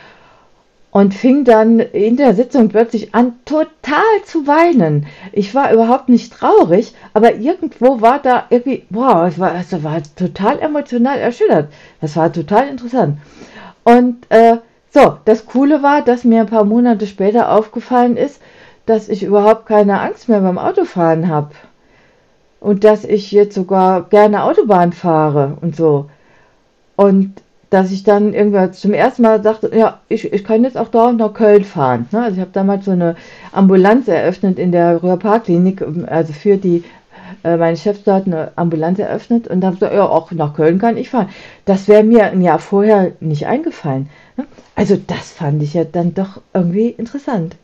Und fing dann in der Sitzung plötzlich an, total zu weinen. Ich war überhaupt nicht traurig, aber irgendwo war da irgendwie, wow, ich war total emotional erschüttert. Das war total interessant. Und so, das Coole war, dass mir ein paar Monate später aufgefallen ist, dass ich überhaupt keine Angst mehr beim Autofahren habe. Und dass ich jetzt sogar gerne Autobahn fahre und so. Und dass ich dann irgendwann zum ersten Mal sagte, ja, ich kann jetzt auch dauernd nach Köln fahren. Ne? Also ich habe damals so eine Ambulanz eröffnet in der Röhr-Park-Klinik, also für die, meine Chefs dort eine Ambulanz eröffnet und dann gesagt, ja, auch nach Köln kann ich fahren. Das wäre mir ein Jahr vorher nicht eingefallen. Ne? Also das fand ich ja dann doch irgendwie interessant.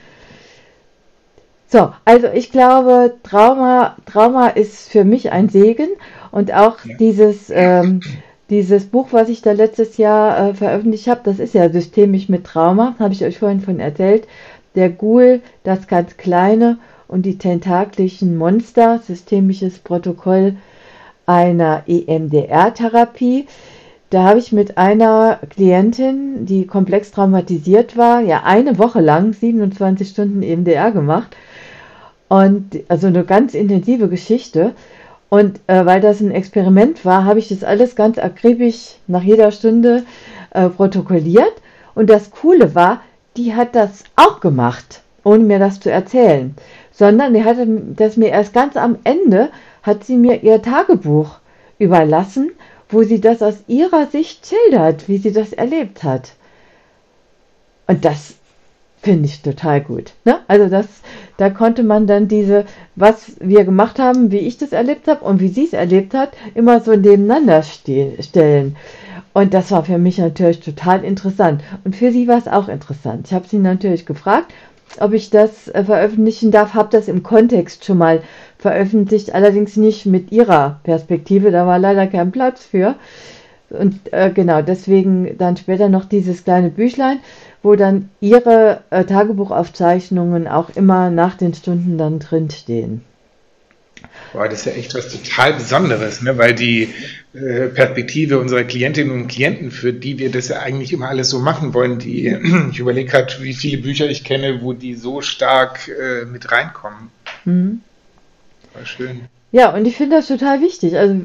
So, also ich glaube, Trauma ist für mich ein Segen und auch dieses Buch, was ich da letztes Jahr veröffentlicht habe, das ist ja systemisch mit Trauma, habe ich euch vorhin von erzählt. Der Ghoul, das ganz kleine und die tentakelischen Monster, systemisches Protokoll einer EMDR-Therapie. Da habe ich mit einer Klientin, die komplex traumatisiert war, ja eine Woche lang 27 Stunden EMDR gemacht. Und also eine ganz intensive Geschichte. Und weil das ein Experiment war, habe ich das alles ganz akribisch nach jeder Stunde protokolliert. Und das Coole war, die hat das auch gemacht, ohne mir das zu erzählen. Sondern die hatte das mir erst ganz am Ende, hat sie mir ihr Tagebuch überlassen, wo sie das aus ihrer Sicht schildert, wie sie das erlebt hat. Und das finde ich total gut. Ne? Also da konnte man dann was wir gemacht haben, wie ich das erlebt habe und wie sie es erlebt hat, immer so nebeneinander stellen. Und das war für mich natürlich total interessant. Und für sie war es auch interessant. Ich habe sie natürlich gefragt, ob ich das veröffentlichen darf, habe das im Kontext schon mal veröffentlicht, allerdings nicht mit ihrer Perspektive, da war leider kein Platz für. Und genau, deswegen dann später noch dieses kleine Büchlein, wo dann ihre Tagebuchaufzeichnungen auch immer nach den Stunden dann drinstehen. Boah, das ist ja echt was total Besonderes, ne? Weil die Perspektive unserer Klientinnen und Klienten, für die wir das ja eigentlich immer alles so machen wollen, ich überlege gerade, wie viele Bücher ich kenne, wo die so stark mit reinkommen. Mhm. War schön. Ja, und ich finde das total wichtig. Also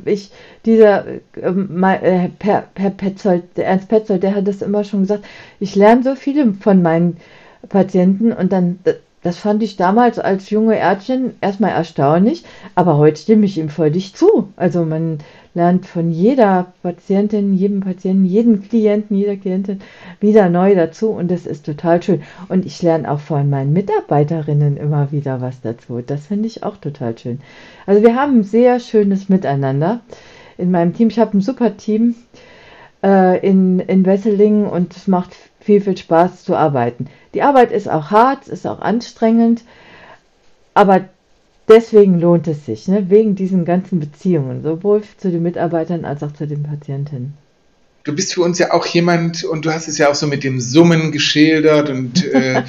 Petzold, der Ernst Petzold, der hat das immer schon gesagt, ich lerne so viele von meinen Patienten und dann, das fand ich damals als junge Ärztin erstmal erstaunlich, aber heute stimme ich ihm völlig zu. Also man lernt von jeder Patientin, jedem Patienten, jedem Klienten, jeder Klientin wieder neu dazu und das ist total schön. Und ich lerne auch von meinen Mitarbeiterinnen immer wieder was dazu. Das finde ich auch total schön. Also wir haben ein sehr schönes Miteinander in meinem Team. Ich habe ein super Team in Wesseling und es macht viel, viel Spaß zu arbeiten. Die Arbeit ist auch hart, ist auch anstrengend, aber deswegen lohnt es sich, ne? Wegen diesen ganzen Beziehungen, sowohl zu den Mitarbeitern als auch zu den Patientinnen. Du bist für uns ja auch jemand, und du hast es ja auch so mit dem Summen geschildert, und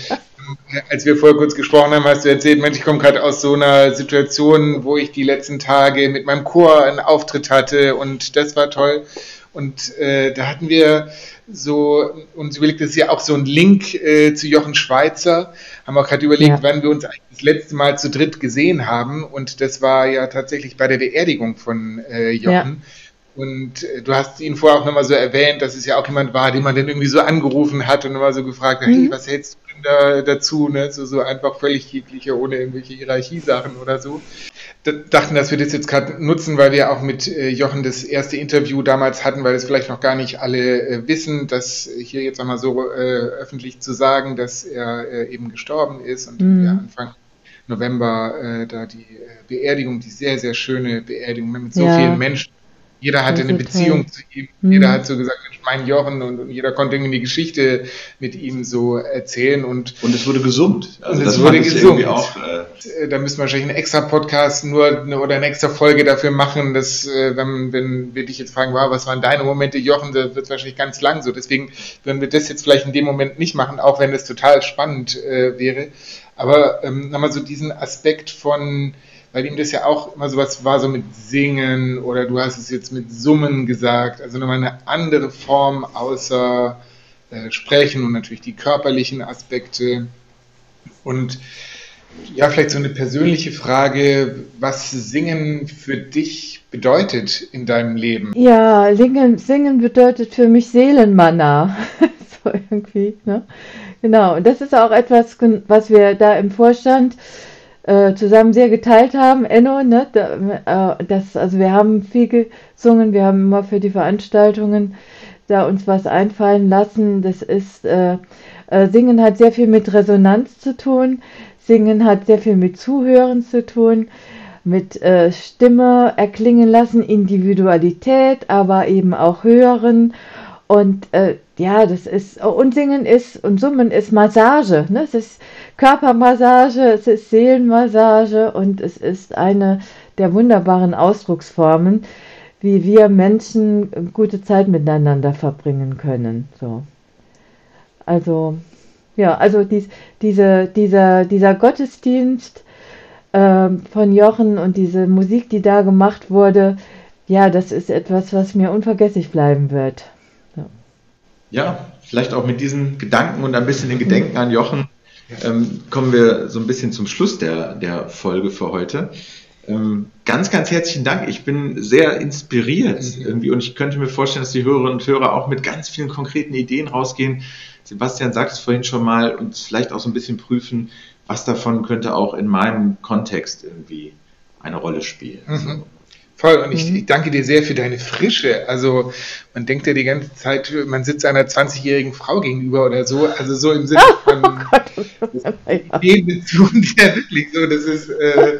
als wir vorher kurz gesprochen haben, hast du erzählt, Mensch, ich komme gerade aus so einer Situation, wo ich die letzten Tage mit meinem Chor einen Auftritt hatte, und das war toll. Und da hatten wir so uns überlegt, das ist ja auch so ein Link zu Jochen Schweizer, haben auch gerade überlegt, wann wir uns eigentlich das letzte Mal zu dritt gesehen haben, und das war ja tatsächlich bei der Beerdigung von Jochen. Ja. Und du hast ihn vorher auch nochmal so erwähnt, dass es ja auch jemand war, den man dann irgendwie so angerufen hat und immer so gefragt hat, hey, was hältst du denn da dazu? Ne? So einfach völlig jegliche, ohne irgendwelche Hierarchiesachen oder so. Dachten, dass wir das jetzt gerade nutzen, weil wir auch mit Jochen das erste Interview damals hatten, weil es vielleicht noch gar nicht alle wissen, dass hier jetzt einmal so öffentlich zu sagen, dass er eben gestorben ist, und wir Anfang November da die Beerdigung, die sehr, sehr schöne Beerdigung mit so vielen Menschen. Jeder hatte eine Beziehung zu ihm. Jeder hat so gesagt, mein Jochen, und jeder konnte irgendwie die Geschichte mit ihm so erzählen. Und es wurde gesummt. Also das wurde gesummt. Auch, da müssen wir wahrscheinlich einen extra Podcast oder eine extra Folge dafür machen, dass, wenn wir dich jetzt fragen, wow, was waren deine Momente, Jochen, da wird es wahrscheinlich ganz lang so. Deswegen würden wir das jetzt vielleicht in dem Moment nicht machen, auch wenn es total spannend wäre. Aber nochmal so diesen Aspekt von, weil ihm das ja auch immer sowas war, so mit Singen, oder du hast es jetzt mit Summen gesagt, also nochmal eine andere Form außer Sprechen und natürlich die körperlichen Aspekte. Und ja, vielleicht so eine persönliche Frage, was Singen für dich bedeutet in deinem Leben? Ja, Singen bedeutet für mich Seelenmanna, so irgendwie, ne? Genau, und das ist auch etwas, was wir da im Vorstand zusammen sehr geteilt haben, Enno, ne? Also wir haben viel gesungen, wir haben immer für die Veranstaltungen da uns was einfallen lassen. Das ist, Singen hat sehr viel mit Resonanz zu tun, Singen hat sehr viel mit Zuhören zu tun, mit Stimme erklingen lassen, Individualität, aber eben auch Hören. Und ja, das ist, und Singen ist, und Summen ist Massage, ne? Es ist Körpermassage, es ist Seelenmassage, und es ist eine der wunderbaren Ausdrucksformen, wie wir Menschen gute Zeit miteinander verbringen können. So. Also, ja, also dieser Gottesdienst von Jochen und diese Musik, die da gemacht wurde, ja, das ist etwas, was mir unvergesslich bleiben wird. So. Ja, vielleicht auch mit diesen Gedanken und ein bisschen den Gedenken an Jochen kommen wir so ein bisschen zum Schluss der Folge für heute. Ganz, ganz herzlichen Dank. Ich bin sehr inspiriert irgendwie, und ich könnte mir vorstellen, dass die Hörerinnen und Hörer auch mit ganz vielen konkreten Ideen rausgehen. Sebastian sagt es vorhin schon mal, und vielleicht auch so ein bisschen prüfen, was davon könnte auch in meinem Kontext irgendwie eine Rolle spielen. So. Voll, und ich danke dir sehr für deine Frische. Also man denkt ja die ganze Zeit, man sitzt einer 20-jährigen Frau gegenüber oder so, also so im Sinne von Beziehung, ja wirklich so, das ist,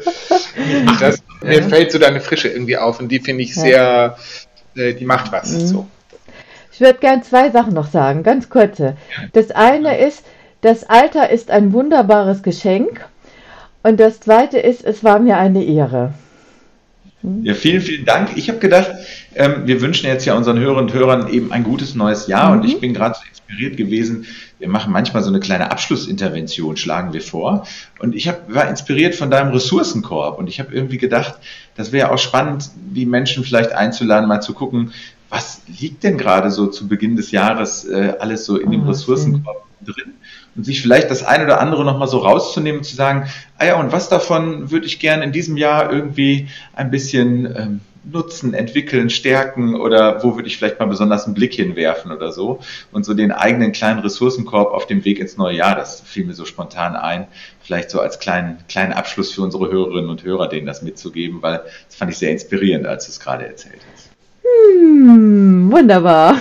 mir fällt so deine Frische irgendwie auf, und die finde ich sehr, die macht was. So. Ich würde gern 2 Sachen noch sagen, ganz kurze. Das eine ist, das Alter ist ein wunderbares Geschenk, und das zweite ist, es war mir eine Ehre. Ja, vielen, vielen Dank. Ich habe gedacht, wir wünschen jetzt ja unseren Hörerinnen und Hörern eben ein gutes neues Jahr, und ich bin gerade so inspiriert gewesen. Wir machen manchmal so eine kleine Abschlussintervention, schlagen wir vor. Und ich war inspiriert von deinem Ressourcenkorb, und ich habe irgendwie gedacht, das wäre auch spannend, die Menschen vielleicht einzuladen, mal zu gucken, was liegt denn gerade so zu Beginn des Jahres alles so in dem Ressourcenkorb drin, und sich vielleicht das ein oder andere nochmal so rauszunehmen und zu sagen, ah ja, und was davon würde ich gerne in diesem Jahr irgendwie ein bisschen nutzen, entwickeln, stärken, oder wo würde ich vielleicht mal besonders einen Blick hinwerfen oder so, und so den eigenen kleinen Ressourcenkorb auf dem Weg ins neue Jahr, das fiel mir so spontan ein, vielleicht so als kleinen Abschluss für unsere Hörerinnen und Hörer, denen das mitzugeben, weil das fand ich sehr inspirierend, als du es gerade erzählt hast. Wunderbar.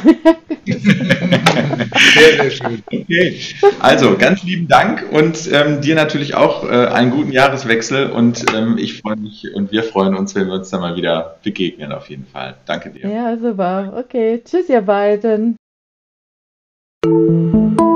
Sehr, sehr schön. Okay, also ganz lieben Dank, und dir natürlich auch einen guten Jahreswechsel, und ich freue mich und wir freuen uns, wenn wir uns dann mal wieder begegnen, auf jeden Fall. Danke dir. Ja, super. Okay, tschüss ihr beiden.